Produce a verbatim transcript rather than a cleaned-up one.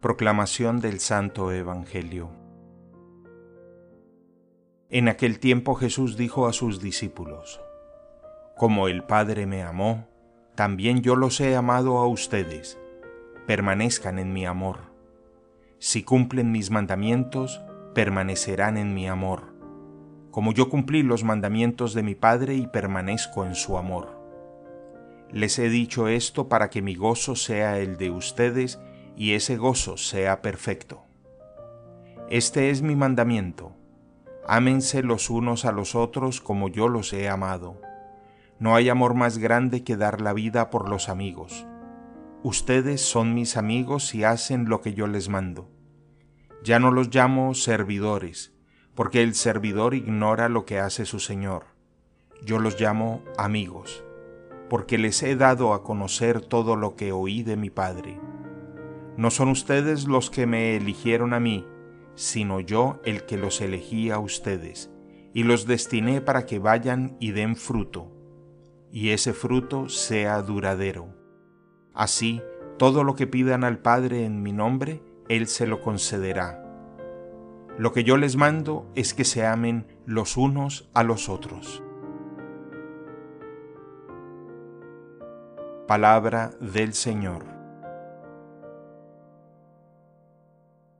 Proclamación del Santo Evangelio. En aquel tiempo Jesús dijo a sus discípulos: Como el Padre me amó, también yo los he amado a ustedes. Permanezcan en mi amor. Si cumplen mis mandamientos, permanecerán en mi amor, como yo cumplí los mandamientos de mi Padre y permanezco en su amor. Les he dicho esto para que mi gozo sea el de ustedes y ese gozo sea perfecto. Este es mi mandamiento: ámense los unos a los otros como yo los he amado. No hay amor más grande que dar la vida por los amigos. Ustedes son mis amigos si hacen lo que yo les mando. Ya no los llamo servidores, porque el servidor ignora lo que hace su señor. Yo los llamo amigos, porque les he dado a conocer todo lo que oí de mi Padre. No son ustedes los que me eligieron a mí, sino yo el que los elegí a ustedes, y los destiné para que vayan y den fruto, y ese fruto sea duradero. Así, todo lo que pidan al Padre en mi nombre, Él se lo concederá. Lo que yo les mando es que se amen los unos a los otros. Palabra del Señor.